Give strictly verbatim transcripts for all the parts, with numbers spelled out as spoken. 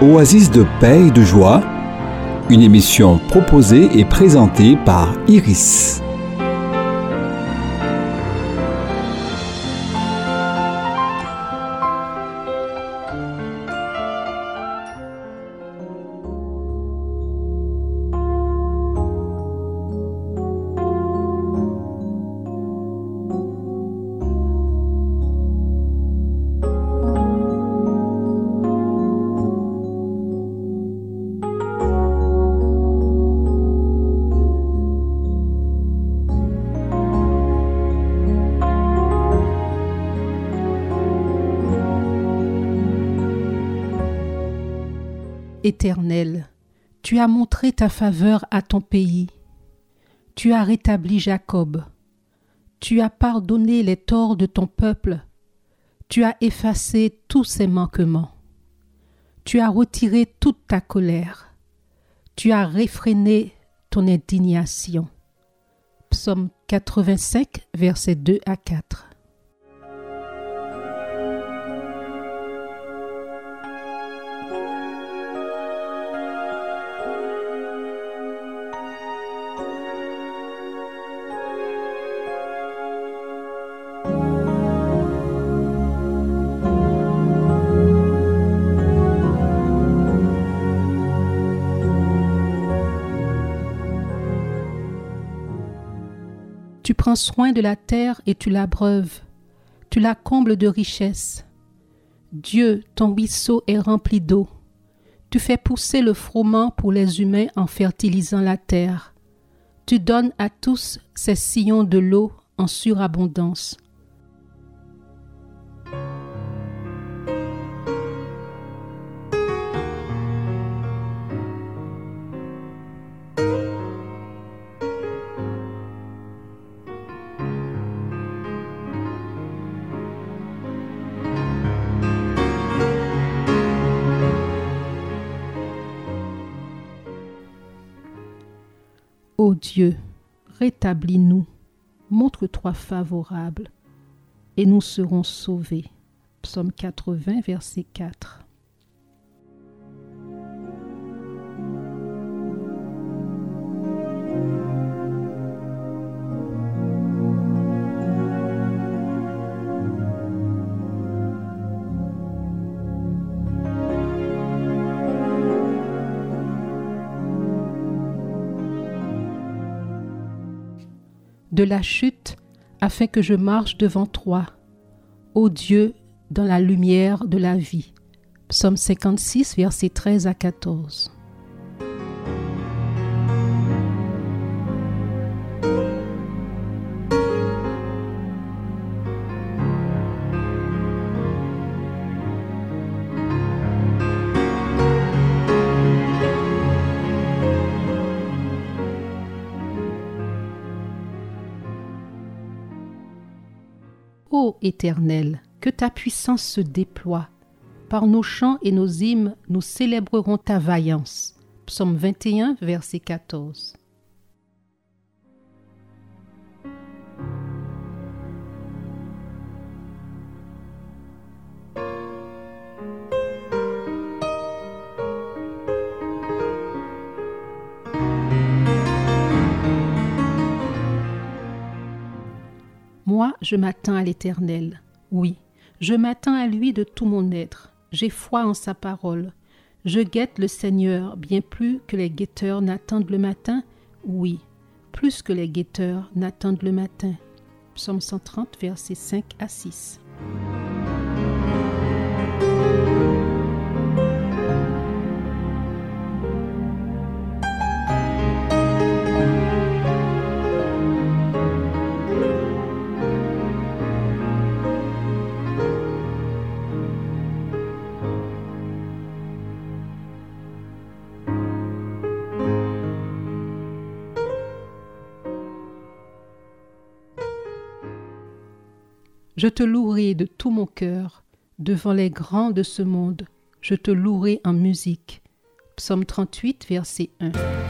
Oasis de paix et de joie, une émission proposée et présentée par Iris. Éternel, tu as montré ta faveur à ton pays. Tu as rétabli Jacob. Tu as pardonné les torts de ton peuple. Tu as effacé tous ses manquements. Tu as retiré toute ta colère. Tu as réfréné ton indignation. Psaume quatre-vingt-cinq, versets deux à quatre. Tu prends soin de la terre et tu l'abreuves. Tu la combles de richesses. Dieu, ton ruisseau est rempli d'eau. Tu fais pousser le froment pour les humains en fertilisant la terre. Tu donnes à tous ces sillons de l'eau en surabondance. Ô Dieu, rétablis-nous, montre-toi favorable, et nous serons sauvés. Psaume quatre-vingts, verset quatre. De la chute, afin que je marche devant toi, ô Dieu, dans la lumière de la vie. Psaume cinquante-six, versets treize à quatorze. Ô Éternel, que ta puissance se déploie. Par nos chants et nos hymnes, nous célébrerons ta vaillance. Psaume vingt et un, verset quatorze. Moi, je m'attends à l'Éternel. Oui, je m'attends à lui de tout mon être. J'ai foi en sa parole. Je guette le Seigneur bien plus que les guetteurs n'attendent le matin. Oui, plus que les guetteurs n'attendent le matin. Psaume cent trente, versets cinq à six. Je te louerai de tout mon cœur, devant les grands de ce monde, je te louerai en musique. Psaume trente-huit, verset un.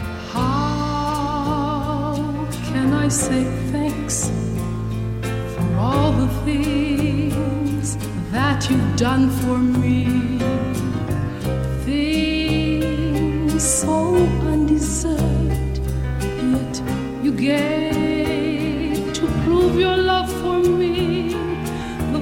How can I say thanks for all the things that you've done for me? Things so undeserved, yet you gave to prove your love for me the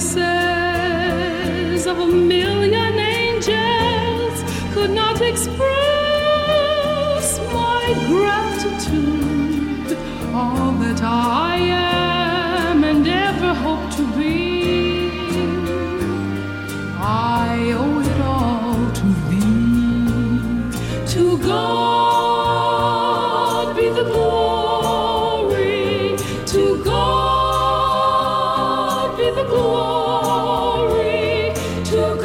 voices of a million angels could not express my gratitude. All that I am and ever hope to be, I owe it all to thee. To God be the glory, to God be the glory, to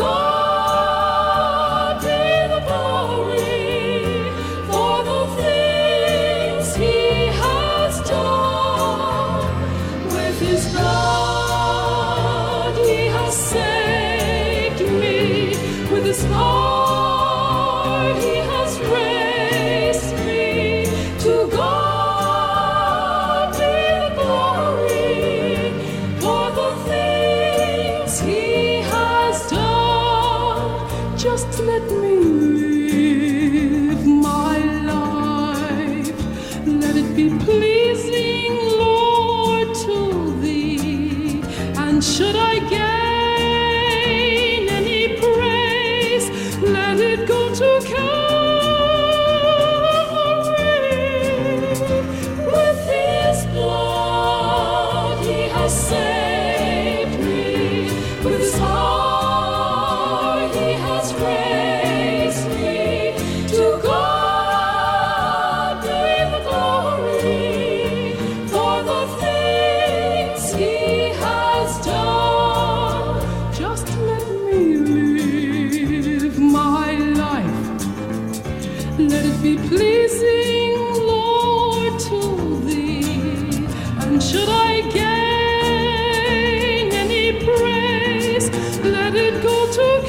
God be the glory for the things He has done. With His blood He has saved me, with His heart He has raised me. To God be the glory for the things He has done. Just let me live my life, let it be pleasing, Lord, to Thee. And should I gain any praise, let it go to Calvary. With His blood He has saved me, with His heart He has raised me. To God be the glory for the things He has done. Just let me live my life, let it be pleasing, Lord, to Thee. And should I gain any praise, let it go to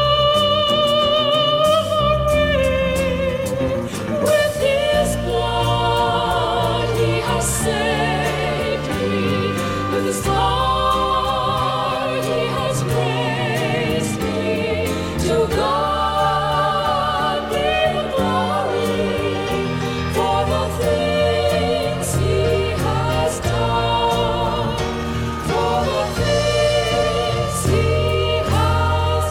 Calvary. With His blood He has saved me, with His heart He has raised me. To God be the glory for the things He has done, for the things He has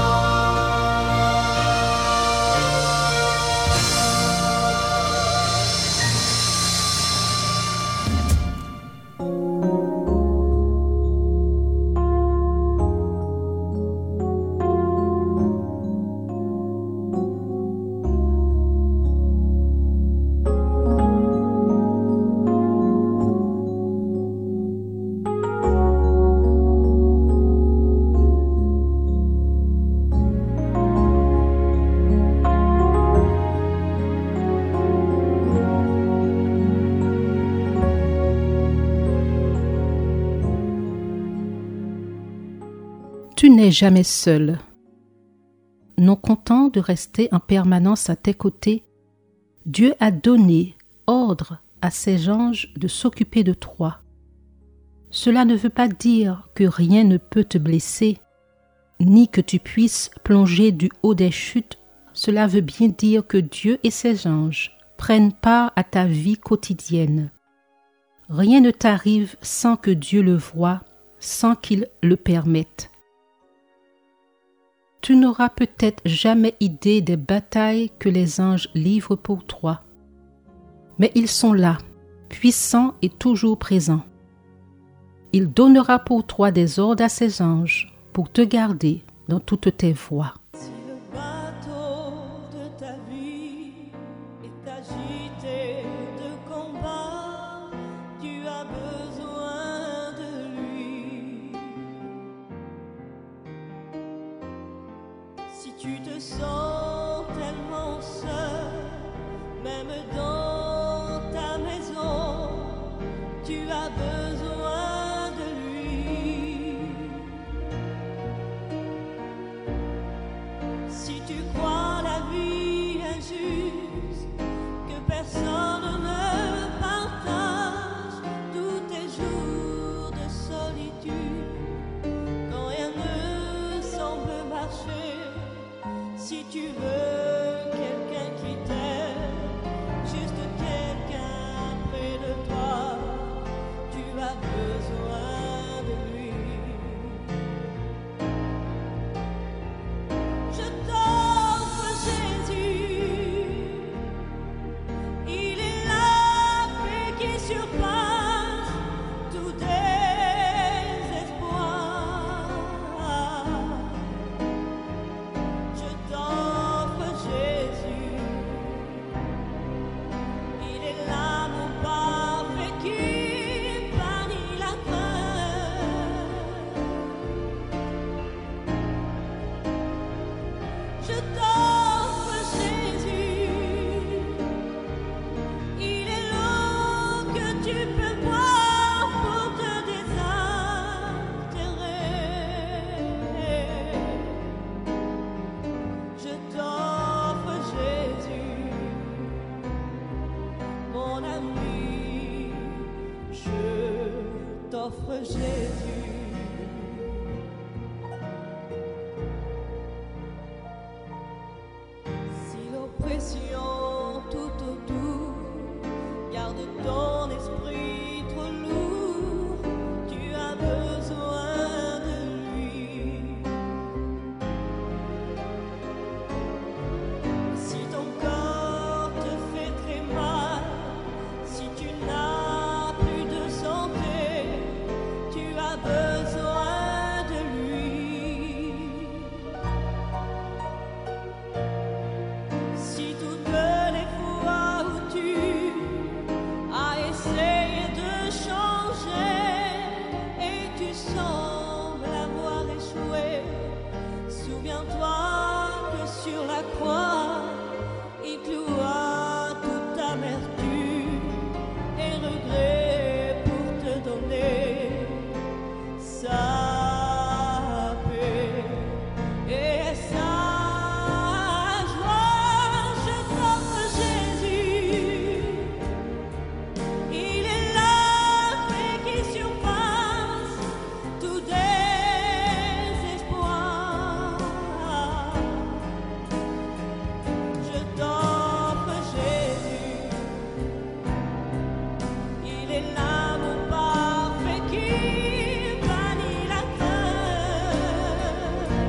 Tu n'es jamais seul. Non content de rester en permanence à tes côtés, Dieu a donné ordre à ses anges de s'occuper de toi. Cela ne veut pas dire que rien ne peut te blesser, ni que tu puisses plonger du haut des chutes. Cela veut bien dire que Dieu et ses anges prennent part à ta vie quotidienne. Rien ne t'arrive sans que Dieu le voie, sans qu'il le permette. Tu n'auras peut-être jamais idée des batailles que les anges livrent pour toi. Mais ils sont là, puissants et toujours présents. Il donnera pour toi des ordres à ses anges pour te garder dans toutes tes voies. Si le bateau de ta vie est agité de combat, tu as besoin de lui. Si tu te sens tellement seul, même dans ta maison, tu as besoin de lui. Si tu crois la vie injuste, que personne ne partage tous tes jours de solitude, quand rien ne semble marcher, si tu veux quelqu'un je t'offre Jésus. Il est l'eau que tu peux boire pour te désaltérer. Je t'offre Jésus, mon ami, je t'offre Jésus. Si l'oppression tout autour garde ton esprit trop lourd, tu as besoin de lui. Si ton corps te fait très mal, si tu n'as plus de santé, tu as besoin de lui. Si toutes les fois où tu as essayé de changer et tu sembles avoir échoué, souviens-toi que sur la croix, il cloua toute amertume et regret pour te donner sa paix et sa joie. Je t'offre Jésus. Il est la paix qui surpasse tout désespoir. Je t'offre Jésus. Il est l'amour parfait qui bannit la peur.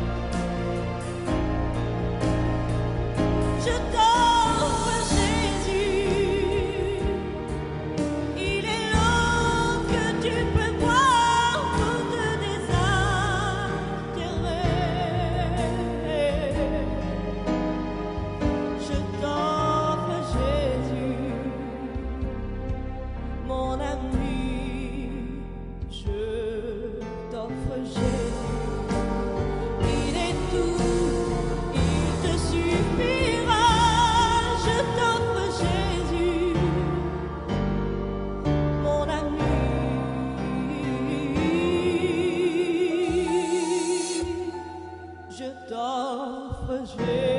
Je t'offre Jésus. Il est l'eau que tu peux boire pour te désaltérer. Je t'offre Jésus, mon ami, je t'offre Jésus. Il est tout, il te suffira. Je t'offre Jésus, mon ami. Je t'offre Jésus.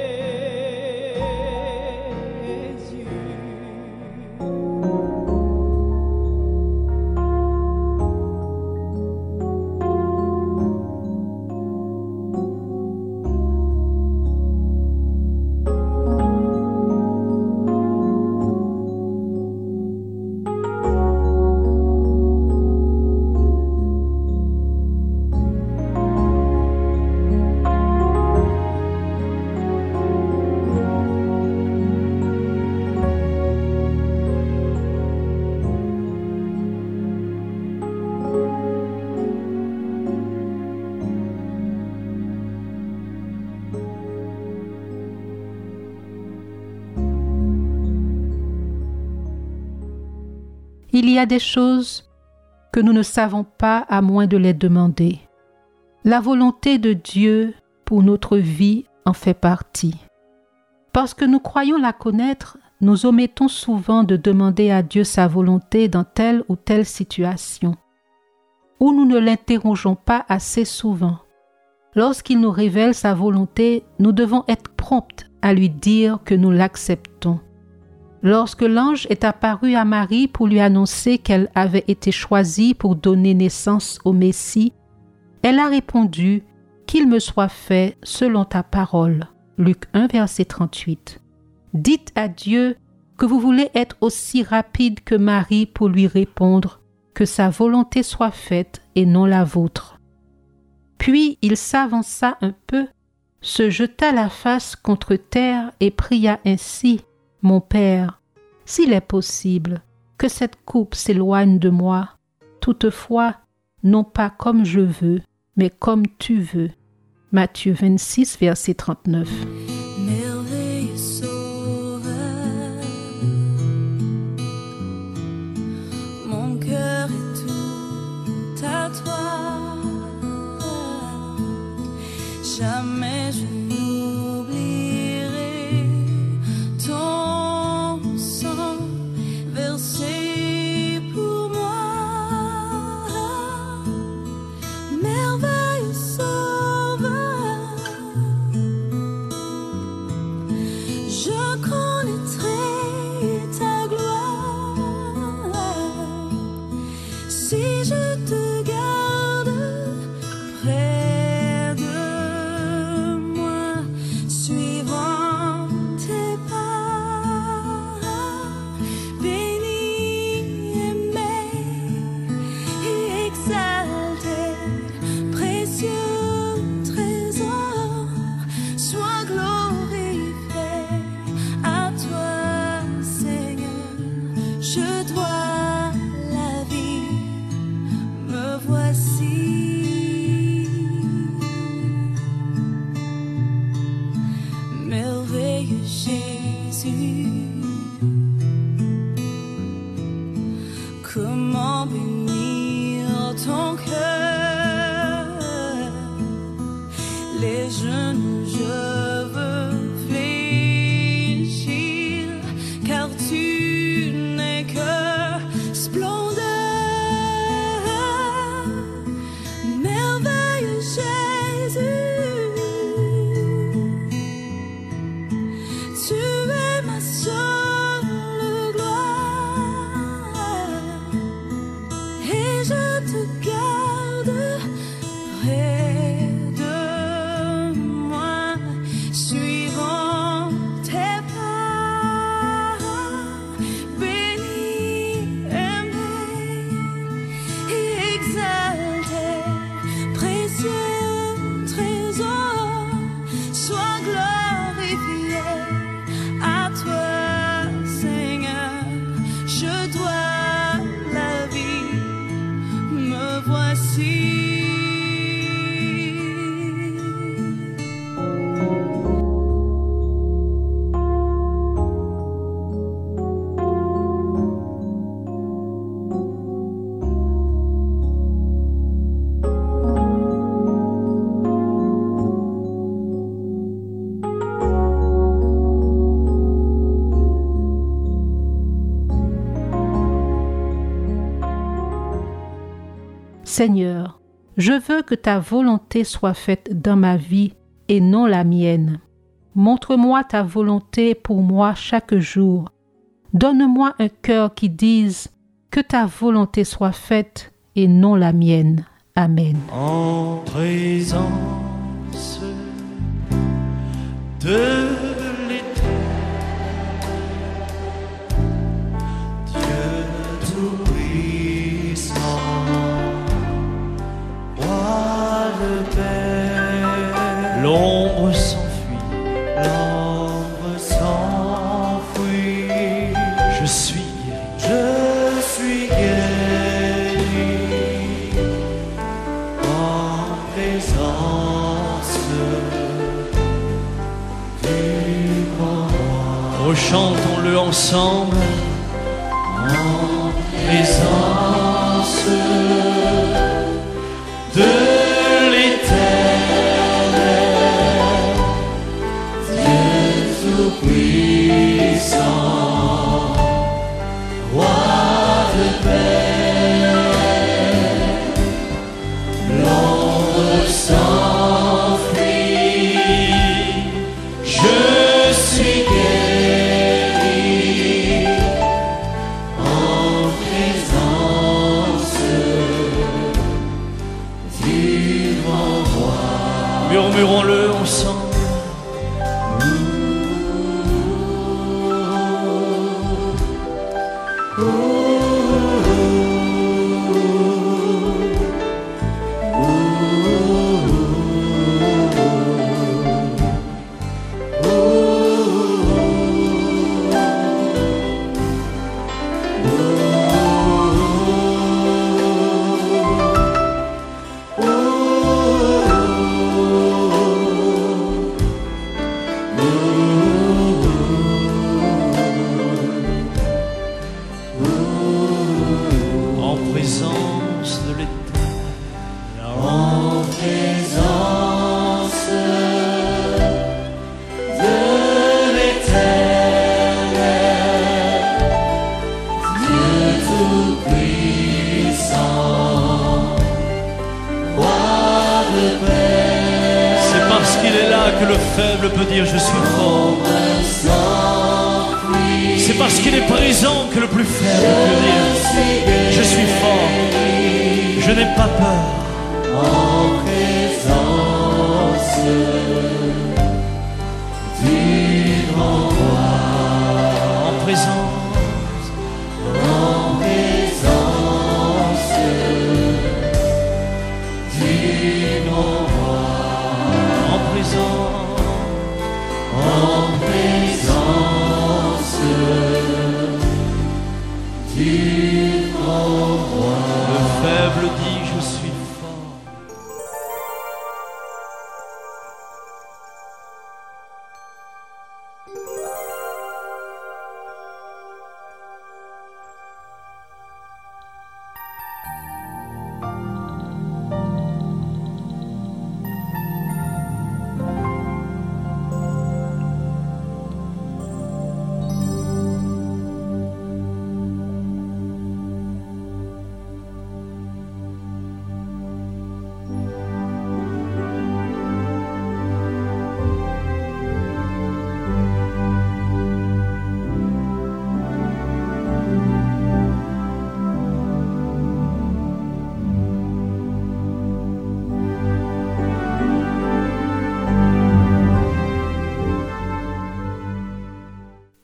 Il y a des choses que nous ne savons pas à moins de les demander. La volonté de Dieu pour notre vie en fait partie. Parce que nous croyons la connaître, nous omettons souvent de demander à Dieu sa volonté dans telle ou telle situation. Ou nous ne l'interrogeons pas assez souvent. Lorsqu'il nous révèle sa volonté, nous devons être prompts à lui dire que nous l'acceptons. Lorsque l'ange est apparu à Marie pour lui annoncer qu'elle avait été choisie pour donner naissance au Messie, elle a répondu « Qu'il me soit fait selon ta parole » Luc un, verset trente-huit. Dites à Dieu que vous voulez être aussi rapide que Marie pour lui répondre « Que sa volonté soit faite et non la vôtre ». Puis il s'avança un peu, se jeta la face contre terre et pria ainsi « Mon Père, s'il est possible, que cette coupe s'éloigne de moi. Toutefois, non pas comme je veux, mais comme tu veux. » Matthieu vingt-six, verset trente-neuf. Merveilleux Sauveur, mon cœur est tout à toi. Jamais je n'oublie voici, merveilleux Jésus. Comment bénir ton cœur, les genoux je veux fléchir, car tu n'es que splendeur, merveilleux Jésus. Tu es ma seule gloire, et je te garde près de moi, suivant tes pas, béni, aimé et exalté, précieux trésor, sois glorifié. À toi, Seigneur, je dois la vie, me voici. Seigneur, je veux que ta volonté soit faite dans ma vie et non la mienne. Montre-moi ta volonté pour moi chaque jour. Donne-moi un cœur qui dise que ta volonté soit faite et non la mienne. Amen. En présence de l'Éternel, Dieu tout-puissant, Roi le Père, l'ombre s'enfuit, l'ombre s'enfuit, je suis guéri, je suis guéri, en présence du grand roi. Oh, chantons-le ensemble, en présence de l'Éternel, Dieu tout-puissant, Roi de paix, l'ombre s'enfuit, je suis guéri, en présence du grand roi. Murmurons-le ensemble. En présence de l'Éternel, en présence de l'Éternel, Dieu tout-puissant, Roi de paix. C'est parce qu'il est là que le faible peut dire je suis fort. C'est parce qu'il est présent que le plus faible peut dire je suis fort, je n'ai pas peur. En présence du grand roi, en présence, en présence du grand roi, en présence, en présence du grand roi. Le faible dit je suis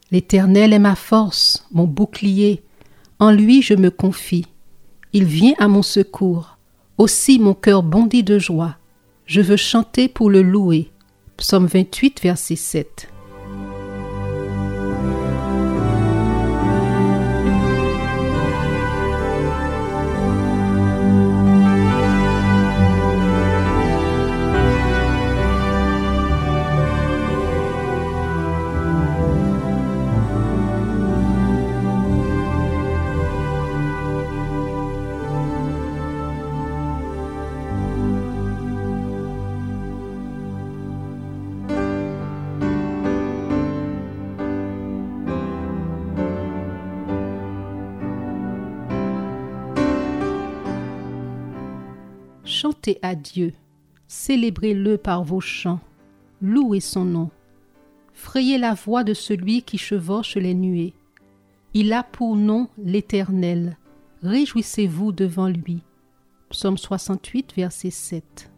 L'Éternel est ma force, mon bouclier. En lui je me confie. Il vient à mon secours. Aussi mon cœur bondit de joie. Je veux chanter pour le louer. Psaume vingt-huit, verset sept. Chantez à Dieu, célébrez-le par vos chants, louez son nom. Frayez la voix de celui qui chevauche les nuées. Il a pour nom l'Éternel, réjouissez-vous devant lui. Psaume soixante-huit, verset sept.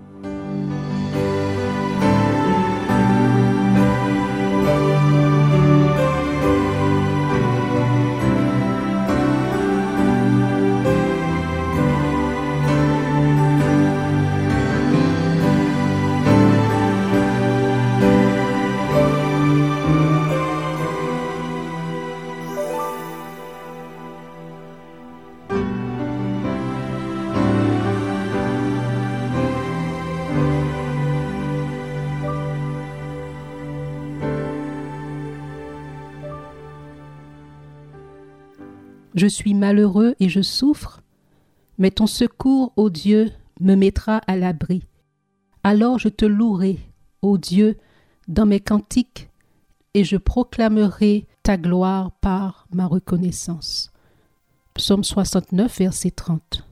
Je suis malheureux et je souffre, mais ton secours, ô Dieu, me mettra à l'abri. Alors je te louerai, ô Dieu, dans mes cantiques, et je proclamerai ta gloire par ma reconnaissance. Psaume soixante-neuf, verset trente.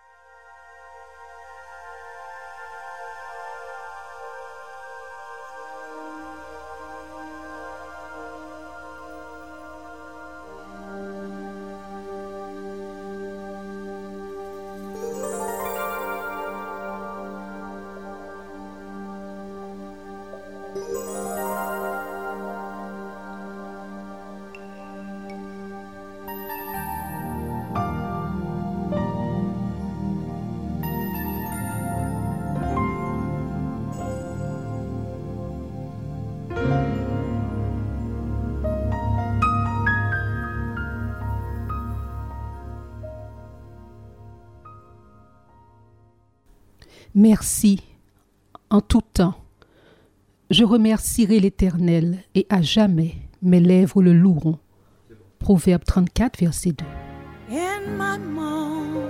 Merci en tout temps. Je remercierai l'Éternel et à jamais mes lèvres le loueront. Proverbe trente-quatre, verset deux. In my moments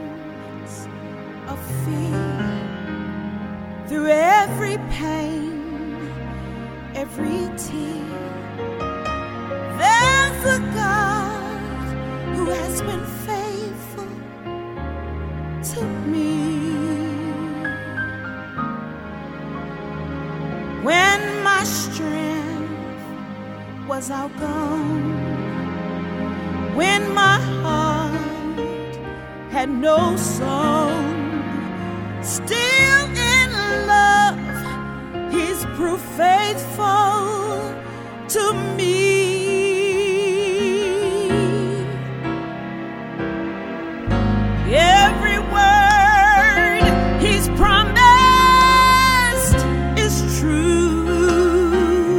of fear, through every pain, every tear, there's a God who has been faithful to me. When my strength was outgone, when my heart had no song, still in love, He's proved faithful to me. Every word He's promised is true,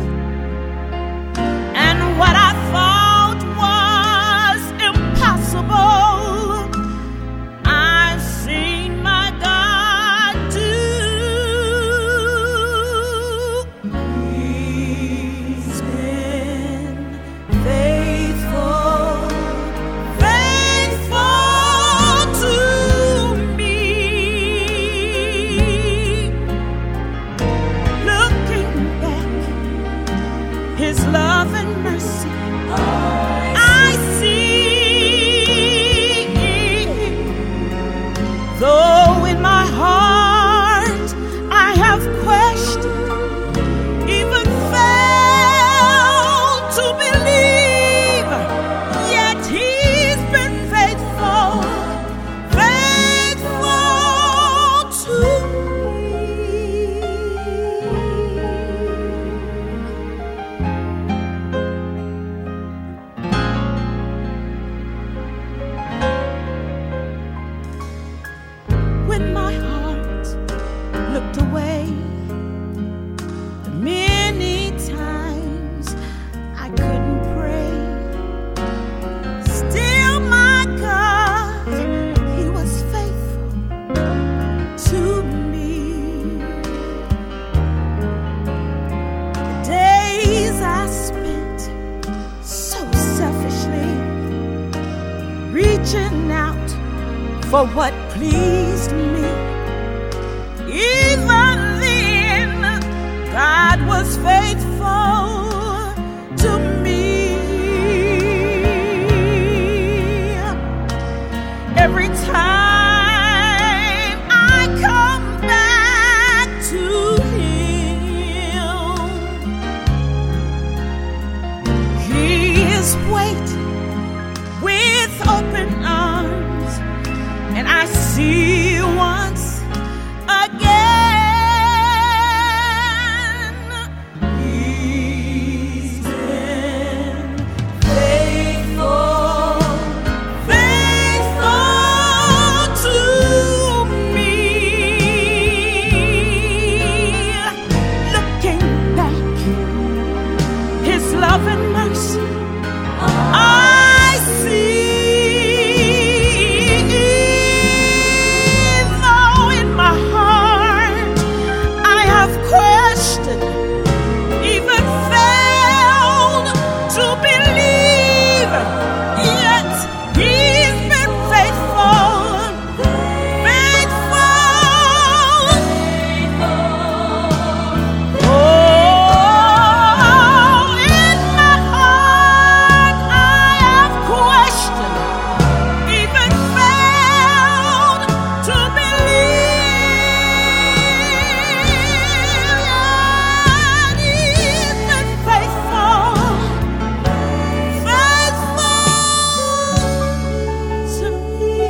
and what I thought was impossible, I've seen my God walked away. Many times I couldn't pray. Still, my God, He was faithful to me. The days I spent so selfishly reaching out for what pleased me. Even then, God was faithful to me. Every time I come back to Him, He is waiting with open arms, and I see once again. He's been faithful, faithful to me. Looking back, His love and mercy I see. Though in my heart I have questioned, even failed to believe, yet He's been faithful, faithful. Oh, in my heart I have questioned, even failed to believe, yet He's been faithful, faithful to me.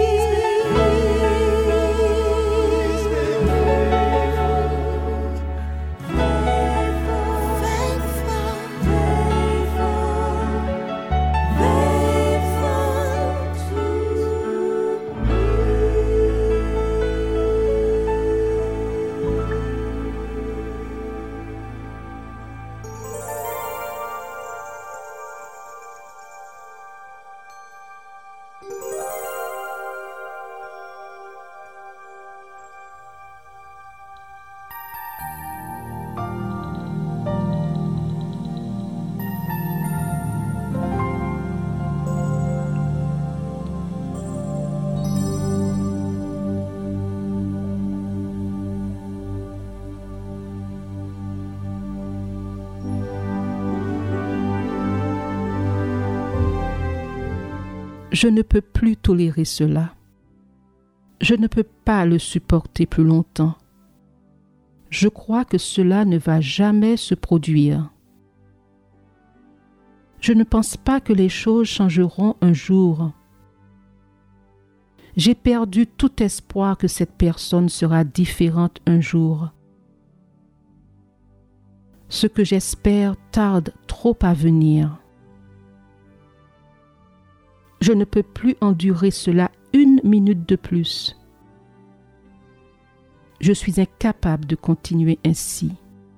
Je ne peux plus tolérer cela. Je ne peux pas le supporter plus longtemps. Je crois que cela ne va jamais se produire. Je ne pense pas que les choses changeront un jour. J'ai perdu tout espoir que cette personne sera différente un jour. Ce que j'espère tarde trop à venir. Je ne peux plus endurer cela une minute de plus. Je suis incapable de continuer ainsi.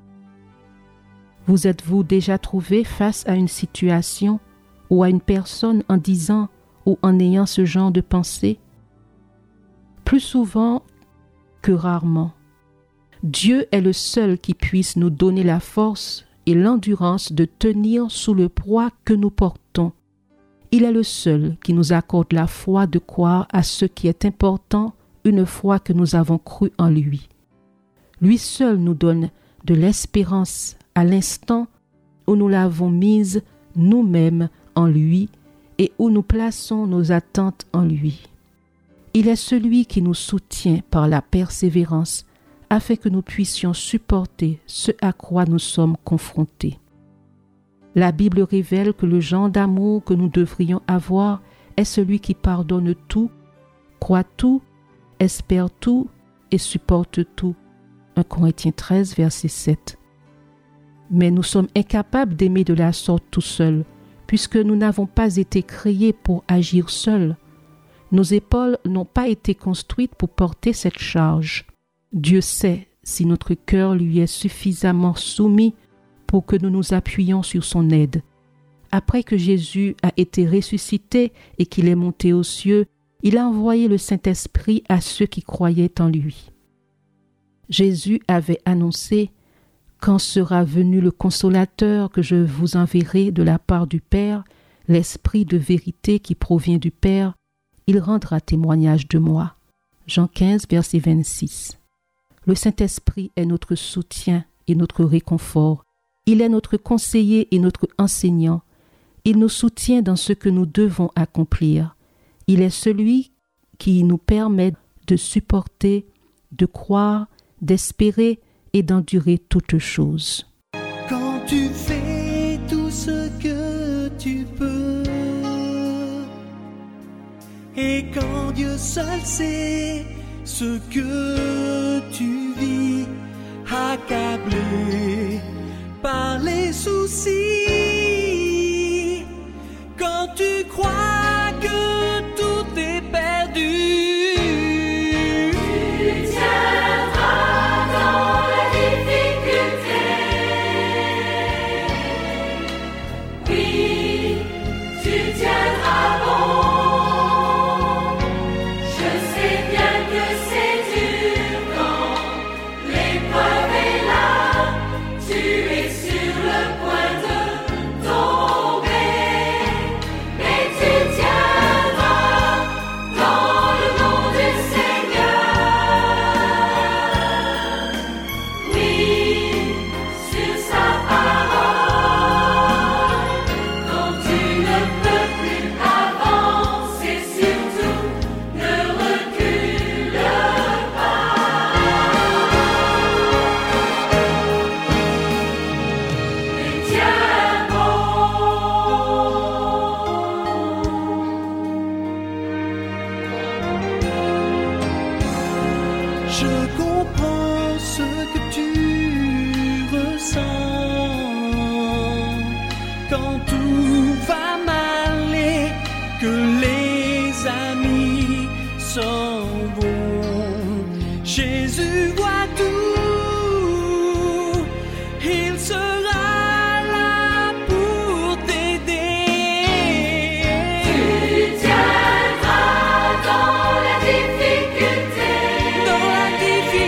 Vous êtes-vous déjà trouvé face à une situation ou à une personne en disant ou en ayant ce genre de pensée? Plus souvent que rarement. Dieu est le seul qui puisse nous donner la force et l'endurance de tenir sous le poids que nous portons. Il est le seul qui nous accorde la foi de croire à ce qui est important une fois que nous avons cru en lui. Lui seul nous donne de l'espérance à l'instant où nous l'avons mise nous-mêmes en lui et où nous plaçons nos attentes en lui. Il est celui qui nous soutient par la persévérance afin que nous puissions supporter ce à quoi nous sommes confrontés. La Bible révèle que le genre d'amour que nous devrions avoir est celui qui pardonne tout, croit tout, espère tout et supporte tout. un Corinthiens treize, verset sept. Mais nous sommes incapables d'aimer de la sorte tout seuls, puisque nous n'avons pas été créés pour agir seuls. Nos épaules n'ont pas été construites pour porter cette charge. Dieu sait si notre cœur lui est suffisamment soumis pour que nous nous appuyions sur son aide. Après que Jésus a été ressuscité et qu'il est monté aux cieux, il a envoyé le Saint-Esprit à ceux qui croyaient en lui. Jésus avait annoncé « Quand sera venu le Consolateur que je vous enverrai de la part du Père, l'Esprit de vérité qui provient du Père, il rendra témoignage de moi. » Jean quinze, verset vingt-six. Le Saint-Esprit est notre soutien et notre réconfort. Il est notre conseiller et notre enseignant. Il nous soutient dans ce que nous devons accomplir. Il est celui qui nous permet de supporter, de croire, d'espérer et d'endurer toutes choses. Quand tu fais tout ce que tu peux, et quand Dieu seul sait ce que tu vis, accablé par les soucis, quand tu crois que tout est perdu, tu tiendras dans la difficulté. Oui, tu tiendras bon. Je sais bien que c'est dur quand l'épreuve est là. Tu es sur le point de tomber, mais tu tiendras dans le nom du Seigneur. Oui, sur sa parole, quand tu ne peux plus avancer, surtout ne recule pas. Mais tiens bon. je comprends ce que tu ressens. Quand tout va mal et que les amis s'en vont, Jésus voit tout, il sera là pour t'aider. Tu tiendras dans la difficulté. Dans la difficulté,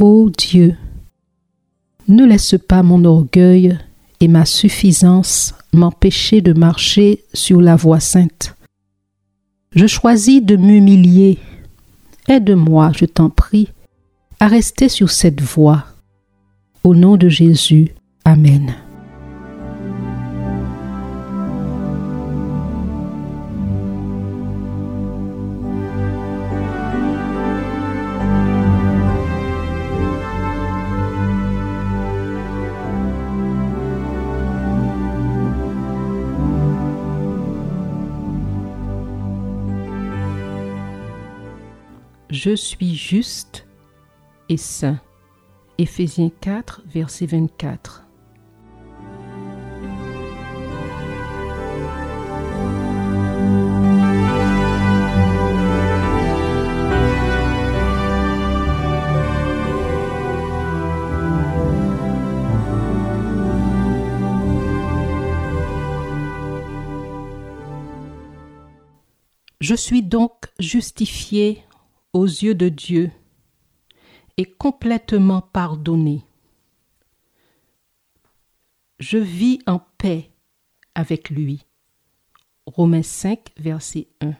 Ô Dieu, ne laisse pas mon orgueil et ma suffisance m'empêcher de marcher sur la voie sainte. Je choisis de m'humilier. Aide-moi, je t'en prie, à rester sur cette voie. Au nom de Jésus, Amen. Je suis juste et saint. Éphésiens quatre, verset vingt-quatre. Je suis donc justifié aux yeux de Dieu et complètement pardonné. Je vis en paix avec lui. Romains cinq, verset un.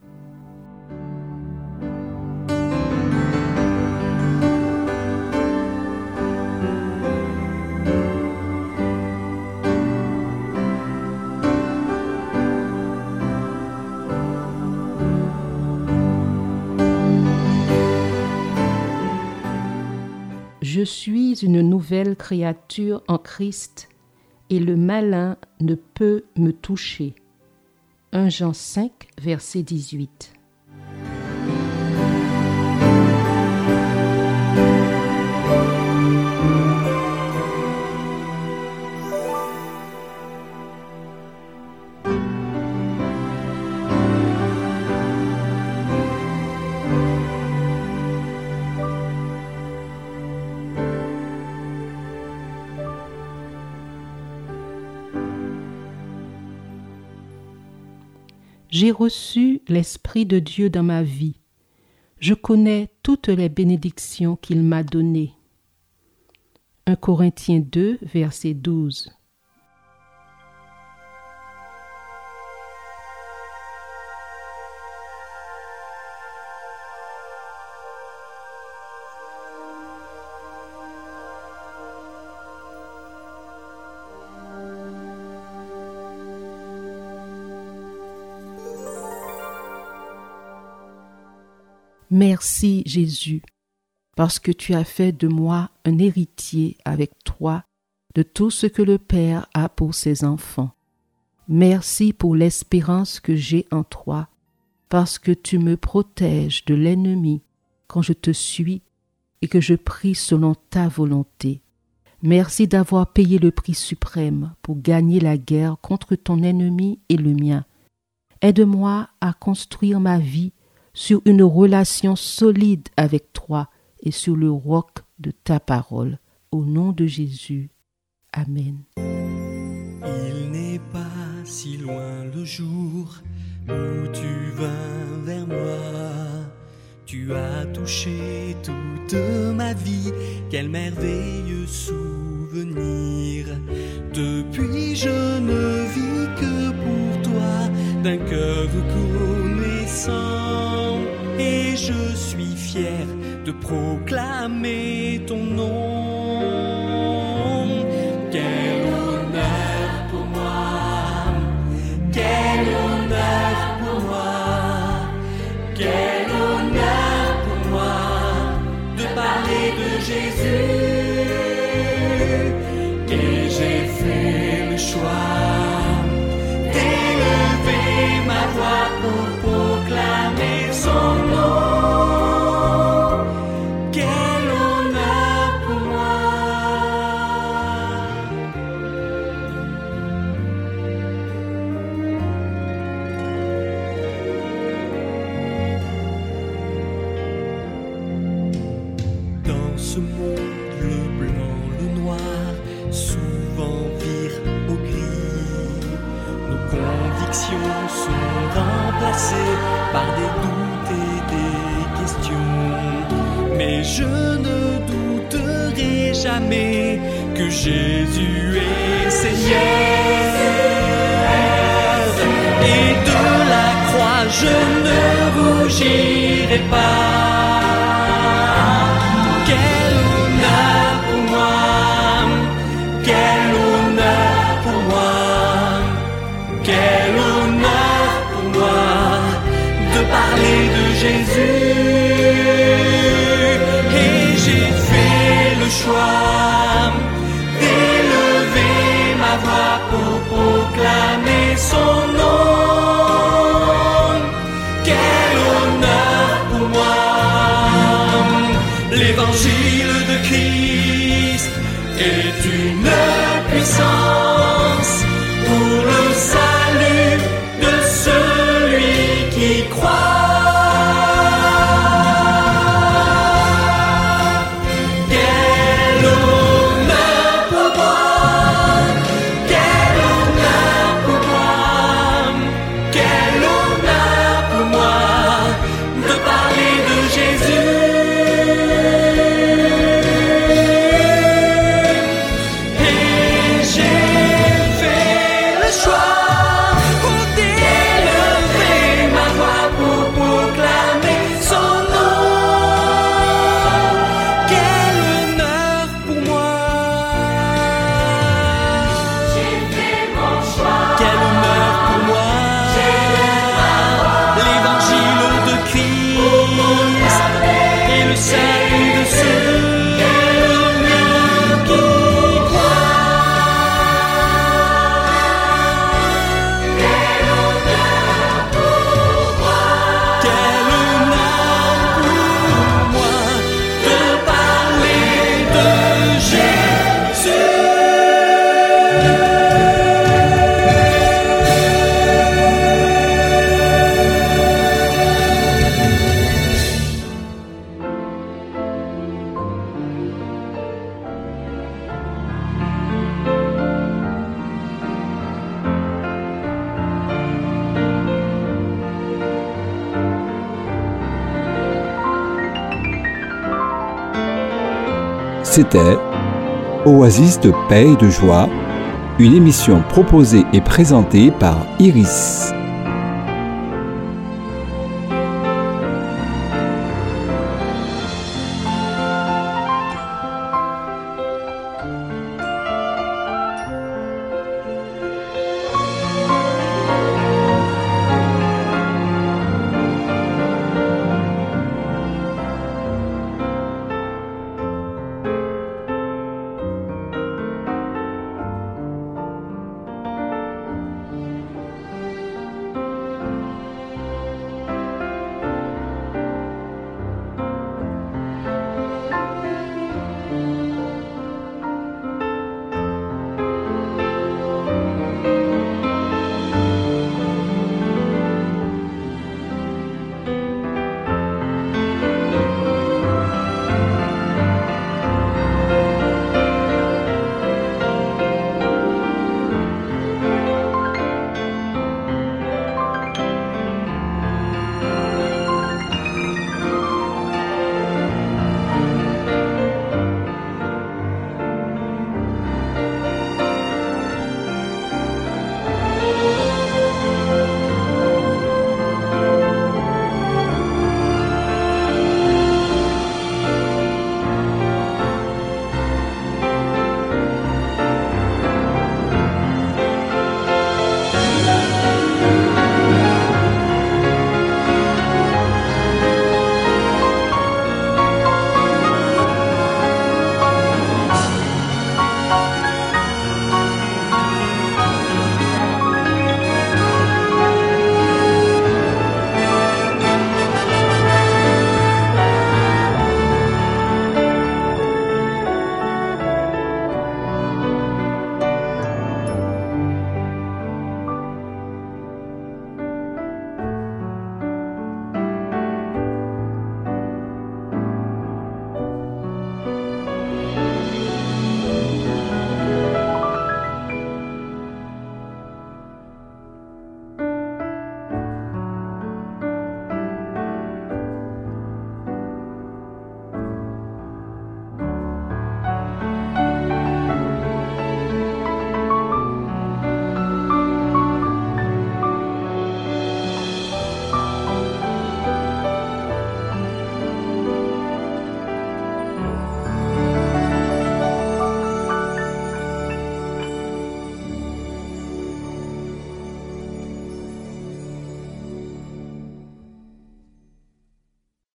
Je suis une nouvelle créature en Christ et le malin ne peut me toucher. premier Jean cinq, verset dix-huit. J'ai reçu l'Esprit de Dieu dans ma vie. Je connais toutes les bénédictions qu'il m'a données. premier Corinthiens deux, verset douze. Merci Jésus, parce que tu as fait de moi un héritier avec toi de tout ce que le Père a pour ses enfants. Merci pour l'espérance que j'ai en toi, parce que tu me protèges de l'ennemi quand je te suis et que je prie selon ta volonté. Merci d'avoir payé le prix suprême pour gagner la guerre contre ton ennemi et le mien. Aide-moi à construire ma vie sur une relation solide avec toi et sur le roc de ta parole. Au nom de Jésus. Amen. Il n'est pas si loin le jour où tu vins vers moi. Tu as touché toute ma vie, quel merveilleux souvenir. Depuis je ne vis que pour toi, d'un cœur reconnaissant. Et je suis fier de proclamer ton nom. Quel honneur pour moi, quel honneur pour moi, quel honneur pour moi de parler de Jésus. Et j'ai fait le choix d'élever ma voix pour proclamer son nom. Quel honneur pour moi. Dans ce monde, le blanc, le noir, souvent vire au gris. Nos convictions sont remplacées par des doutes et des questions. Mais je ne doute proclamer que Jésus est Seigneur. Et de la croix je ne rougirai pas. Quel honneur pour moi, quel honneur pour moi, quel honneur pour moi de parler de Jésus. Et j'ai fait le choix d'élever ma voix pour proclamer son nom. Quel honneur pour moi. L'évangile de Christ est une puissance pour le salut de celui qui croit. C'était Oasis de paix et de joie, une émission proposée et présentée par Iris.